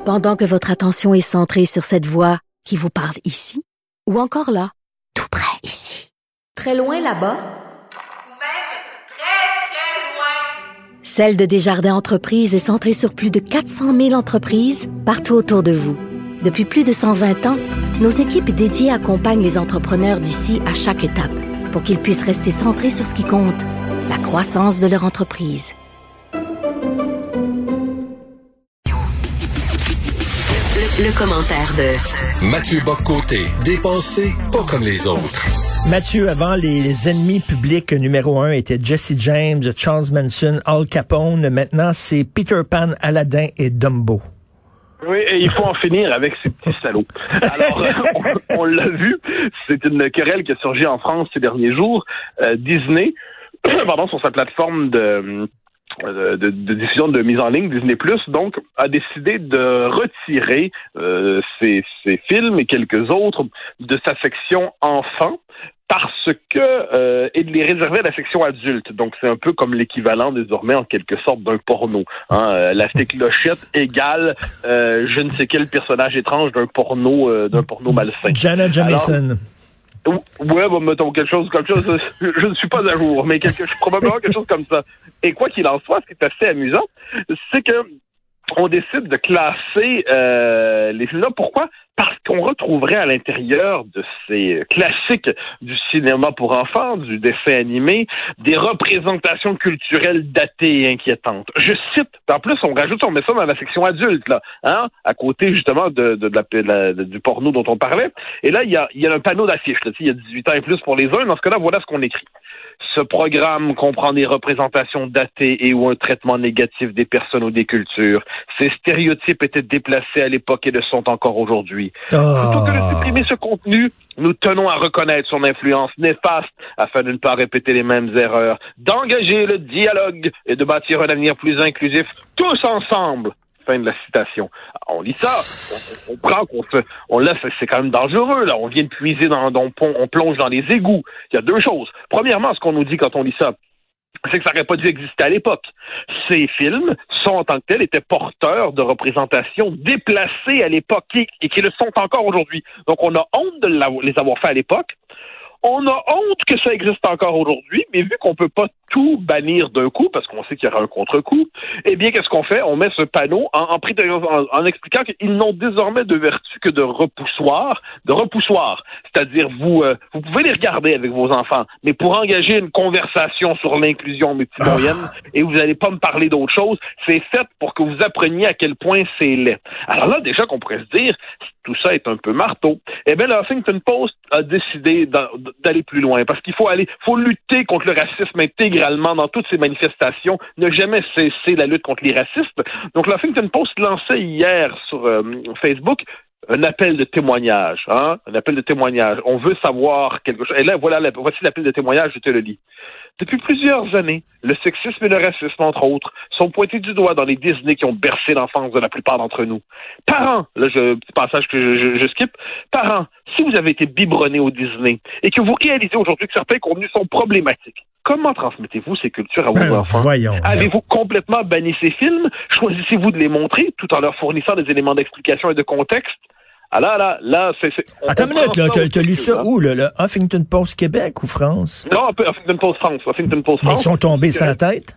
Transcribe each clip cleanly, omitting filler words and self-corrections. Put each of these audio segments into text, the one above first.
Pendant que votre attention est centrée sur cette voix qui vous parle ici, ou encore là, tout près ici, très loin là-bas, ou même très, très loin. Celle de Desjardins Entreprises est centrée sur plus de 400 000 entreprises partout autour de vous. Depuis plus de 120 ans, nos équipes dédiées accompagnent les entrepreneurs d'ici à chaque étape pour qu'ils puissent rester centrés sur ce qui compte, la croissance de leur entreprise. Le commentaire de Mathieu Bock-Côté, dépensé pas comme les autres. Mathieu, avant, les ennemis publics numéro 1 étaient Jesse James, Charles Manson, Al Capone. Maintenant, c'est Peter Pan, Aladdin et Dumbo. Oui, et il faut en finir avec ces petits salauds. Alors, on l'a vu, c'est une querelle qui a surgi en France ces derniers jours. Disney, sur sa plateforme de diffusion de mise en ligne, Disney+, donc, a décidé de retirer ses films et quelques autres de sa section enfants parce que et de les réserver à la section adulte. Donc, c'est un peu comme l'équivalent désormais, en quelque sorte, d'un porno. La clochette égale je ne sais quel personnage étrange d'un porno malsain. Jenna Jameson. Ouais, mettons quelque chose comme ça. Je ne suis pas à jour, mais probablement quelque chose comme ça. Et quoi qu'il en soit, ce qui est assez amusant, c'est que on décide de classer les films-là. Pourquoi? Parce qu'on retrouverait à l'intérieur de ces classiques du cinéma pour enfants, du dessin animé, des représentations culturelles datées et inquiétantes. Je cite, en plus, on met ça dans la section adulte, là, à côté justement du porno dont on parlait. Et là, il y a un panneau d'affiches, là, il y a 18 ans et plus pour les uns. Dans ce cas-là, voilà ce qu'on écrit. Ce programme comprend des représentations datées et ou un traitement négatif des personnes ou des cultures. Ces stéréotypes étaient déplacés à l'époque et le sont encore aujourd'hui. Plutôt que de supprimer ce contenu, nous tenons à reconnaître son influence néfaste afin de ne pas répéter les mêmes erreurs, d'engager le dialogue et de bâtir un avenir plus inclusif, tous ensemble. Fin de la citation. On lit ça, on prend, on laisse, c'est quand même dangereux, là. On vient de puiser on plonge dans les égouts. Il y a deux choses. Premièrement, ce qu'on nous dit quand on lit ça, c'est que ça n'aurait pas dû exister à l'époque. Ces films sont, en tant que tels, étaient porteurs de représentations déplacées à l'époque et qui le sont encore aujourd'hui. Donc, on a honte de les avoir fait à l'époque. On a honte que ça existe encore aujourd'hui, mais vu qu'on peut pas tout bannir d'un coup, parce qu'on sait qu'il y aura un contre-coup, eh bien, qu'est-ce qu'on fait? On met ce panneau en expliquant qu'ils n'ont désormais de vertu que de repoussoir. C'est-à-dire, vous pouvez les regarder avec vos enfants, mais pour engager une conversation sur l'inclusion multimoyenne, et vous n'allez pas me parler d'autre chose, c'est fait pour que vous appreniez à quel point c'est laid. Alors là, déjà qu'on pourrait se dire, tout ça est un peu marteau. Eh bien, le Huffington Post a décidé d'aller plus loin, parce qu'il faut lutter contre le racisme intégralement dans toutes ces manifestations, ne jamais cesser la lutte contre les racistes. Donc, le Huffington Post lançait hier sur Facebook un appel de témoignage, un appel de témoignage. On veut savoir quelque chose. Et là, voici l'appel de témoignage, je te le lis. Depuis plusieurs années, le sexisme et le racisme, entre autres, sont pointés du doigt dans les Disney qui ont bercé l'enfance de la plupart d'entre nous. Parents, petit passage que je skippe, parents, si vous avez été biberonnés au Disney et que vous réalisez aujourd'hui que certains contenus sont problématiques, comment transmettez-vous ces cultures à vos enfants? Avez-vous complètement banni ces films? Choisissez-vous de les montrer tout en leur fournissant des éléments d'explication et de contexte? Ah là, c'est... Attends une minute, là, t'as lu ça où, le Huffington Post Québec ou France? Non, Huffington Post France. Mais ils sont tombés sur la tête?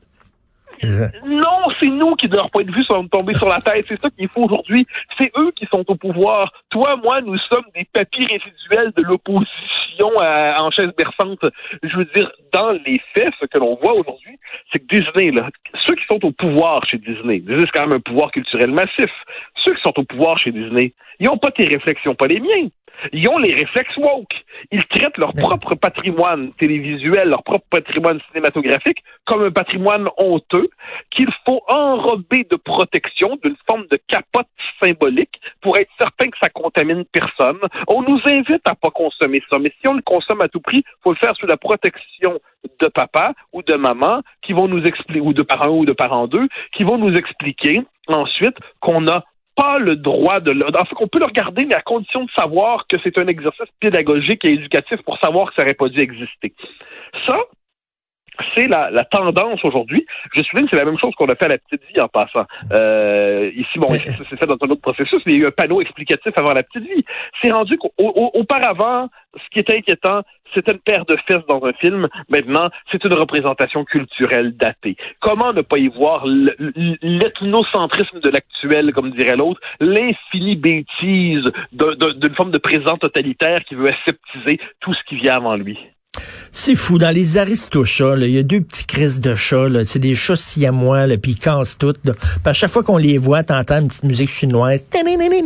Non, c'est nous qui, de leur point de vue, sommes tombés sur la tête. C'est ça qu'il faut aujourd'hui. C'est eux qui sont au pouvoir. Toi, moi, nous sommes des papis résiduels de l'opposition en chaise berçante. Je veux dire, dans les faits, ce que l'on voit aujourd'hui, c'est que Disney, là, ceux qui sont au pouvoir chez Disney c'est quand même un pouvoir culturel massif. Ceux qui sont au pouvoir chez Disney, ils n'ont pas tes réflexions, pas les miens. Ils ont les réflexes woke. Ils traitent leur propre patrimoine télévisuel, leur propre patrimoine cinématographique comme un patrimoine honteux qu'il faut enrober de protection, d'une forme de capote symbolique pour être certain que ça contamine personne. On nous invite à pas consommer ça, mais si on le consomme à tout prix, faut le faire sous la protection de papa ou de maman qui vont nous expliquer, ou de parents 1 ou de parents 2, qui vont nous expliquer ensuite qu'on a pas le droit de... En fait, on peut le regarder, mais à condition de savoir que c'est un exercice pédagogique et éducatif pour savoir que ça n'aurait pas dû exister. Ça, c'est la tendance aujourd'hui. Je souligne, c'est la même chose qu'on a fait à la petite vie en passant. Ici, c'est fait dans un autre processus, mais il y a eu un panneau explicatif avant la petite vie. C'est rendu qu'auparavant, ce qui était inquiétant, c'était une paire de fesses dans un film. Maintenant, c'est une représentation culturelle datée. Comment ne pas y voir l'ethnocentrisme de l'actuel, comme dirait l'autre, l'infinie bêtise d'une forme de président totalitaire qui veut aseptiser tout ce qui vient avant lui? C'est fou. Dans les Aristochats, il y a 2 petits crises de chats. Là. C'est des chats siamois, là, puis ils cassent tout. Là. Puis à chaque fois qu'on les voit, t'entends une petite musique chinoise. Puis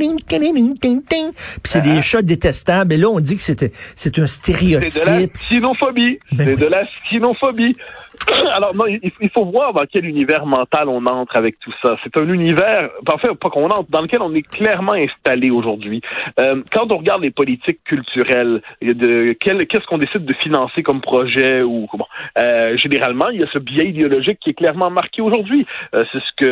c'est des chats détestables. Et là, on dit que c'est un stéréotype. C'est de la xénophobie. C'est de la xénophobie. Alors, non, il faut voir dans quel univers mental on entre avec tout ça. C'est un univers, enfin, pas qu'on entre, dans lequel on est clairement installé aujourd'hui. Quand on regarde les politiques culturelles, qu'est-ce qu'on décide de financer comme projet ou comment, généralement, il y a ce biais idéologique qui est clairement marqué aujourd'hui. On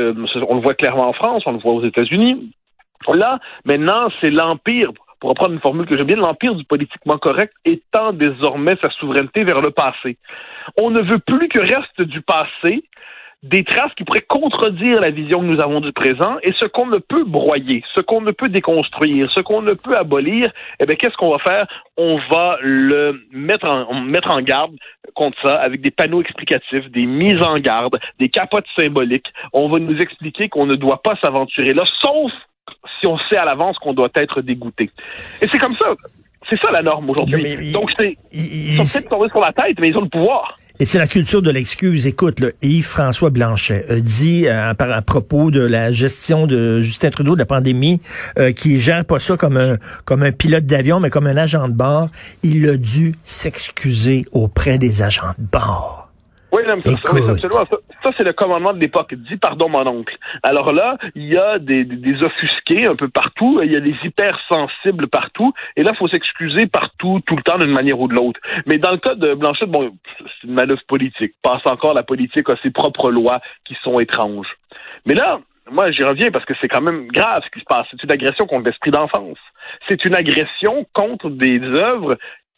le voit clairement en France, on le voit aux États-Unis. Là, maintenant, c'est l'empire. Pour reprendre une formule que j'aime bien, l'empire du politiquement correct étend désormais sa souveraineté vers le passé. On ne veut plus que reste du passé des traces qui pourraient contredire la vision que nous avons du présent, et ce qu'on ne peut broyer, ce qu'on ne peut déconstruire, ce qu'on ne peut abolir, eh bien, qu'est-ce qu'on va faire? On va le mettre en garde contre ça avec des panneaux explicatifs, des mises en garde, des capotes symboliques. On va nous expliquer qu'on ne doit pas s'aventurer là, sauf si on sait à l'avance qu'on doit être dégoûté. Et c'est comme ça. C'est ça la norme aujourd'hui. Donc, ils sont peut-être tombés sur la tête, mais ils ont le pouvoir. Et c'est la culture de l'excuse. Écoute, là, Yves-François Blanchet dit à propos de la gestion de Justin Trudeau de la pandémie, qu'il gère pas ça comme un pilote d'avion, mais comme un agent de bord. Il a dû s'excuser auprès des agents de bord. Oui, non, mais absolument. Ça, c'est le commandement de l'époque. Dis pardon, mon oncle. Alors là, il y a des offusqués un peu partout. Il y a des hypersensibles partout. Et là, il faut s'excuser partout, tout le temps, d'une manière ou de l'autre. Mais dans le cas de Blanchet, bon, c'est une manœuvre politique. Passe encore, la politique a ses propres lois qui sont étranges. Mais là, moi, j'y reviens parce que c'est quand même grave ce qui se passe. C'est une agression contre l'esprit d'enfance. C'est une agression contre des œuvres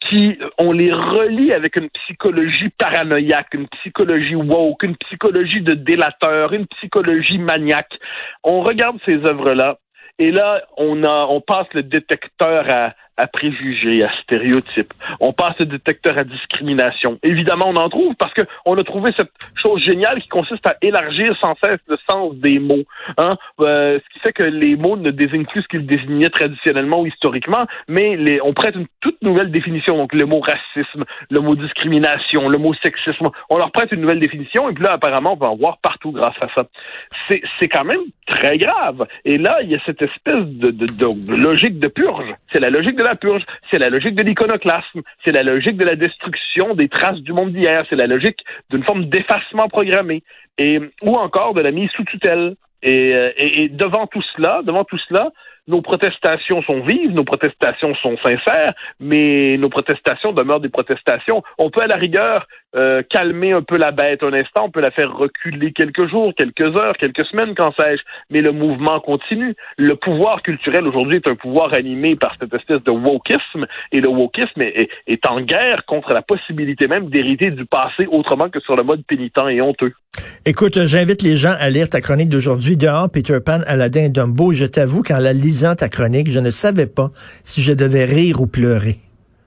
on les relie avec une psychologie paranoïaque, une psychologie woke, une psychologie de délateur, une psychologie maniaque. On regarde ces œuvres-là, et là, on passe le détecteur à préjugés, à stéréotypes. On passe le détecteur à discrimination. Évidemment, on en trouve parce que on a trouvé cette chose géniale qui consiste à élargir sans cesse le sens des mots. Ce qui fait que les mots ne désignent plus ce qu'ils désignaient traditionnellement ou historiquement, mais on prête une toute nouvelle définition. Donc, le mot racisme, le mot discrimination, le mot sexisme, on leur prête une nouvelle définition, et puis là, apparemment, on va en voir partout grâce à ça. C'est quand même très grave. Et là, il y a cette espèce de logique de purge. C'est la logique de la purge, c'est la logique de l'iconoclasme, c'est la logique de la destruction des traces du monde d'hier, c'est la logique d'une forme d'effacement programmé, ou encore de la mise sous tutelle. Et devant tout cela, nos protestations sont vives, nos protestations sont sincères, mais nos protestations demeurent des protestations. On peut à la rigueur calmer un peu la bête un instant, on peut la faire reculer quelques jours, quelques heures, quelques semaines, qu'en sais-je, mais le mouvement continue. Le pouvoir culturel aujourd'hui est un pouvoir animé par cette espèce de wokisme, et le wokisme est en guerre contre la possibilité même d'hériter du passé autrement que sur le mode pénitent et honteux. Écoute, j'invite les gens à lire ta chronique d'aujourd'hui, Dehors, Peter Pan, Aladdin et Dumbo. Je t'avoue qu'en la lisant ta chronique, je ne savais pas si je devais rire ou pleurer.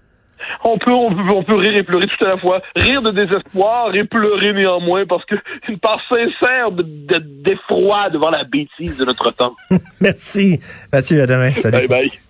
On peut rire et pleurer tout à la fois. Rire de désespoir et pleurer néanmoins, parce que une part sincère d'effroi devant la bêtise de notre temps. Merci. Mathieu, à demain. Salut. Bye bye.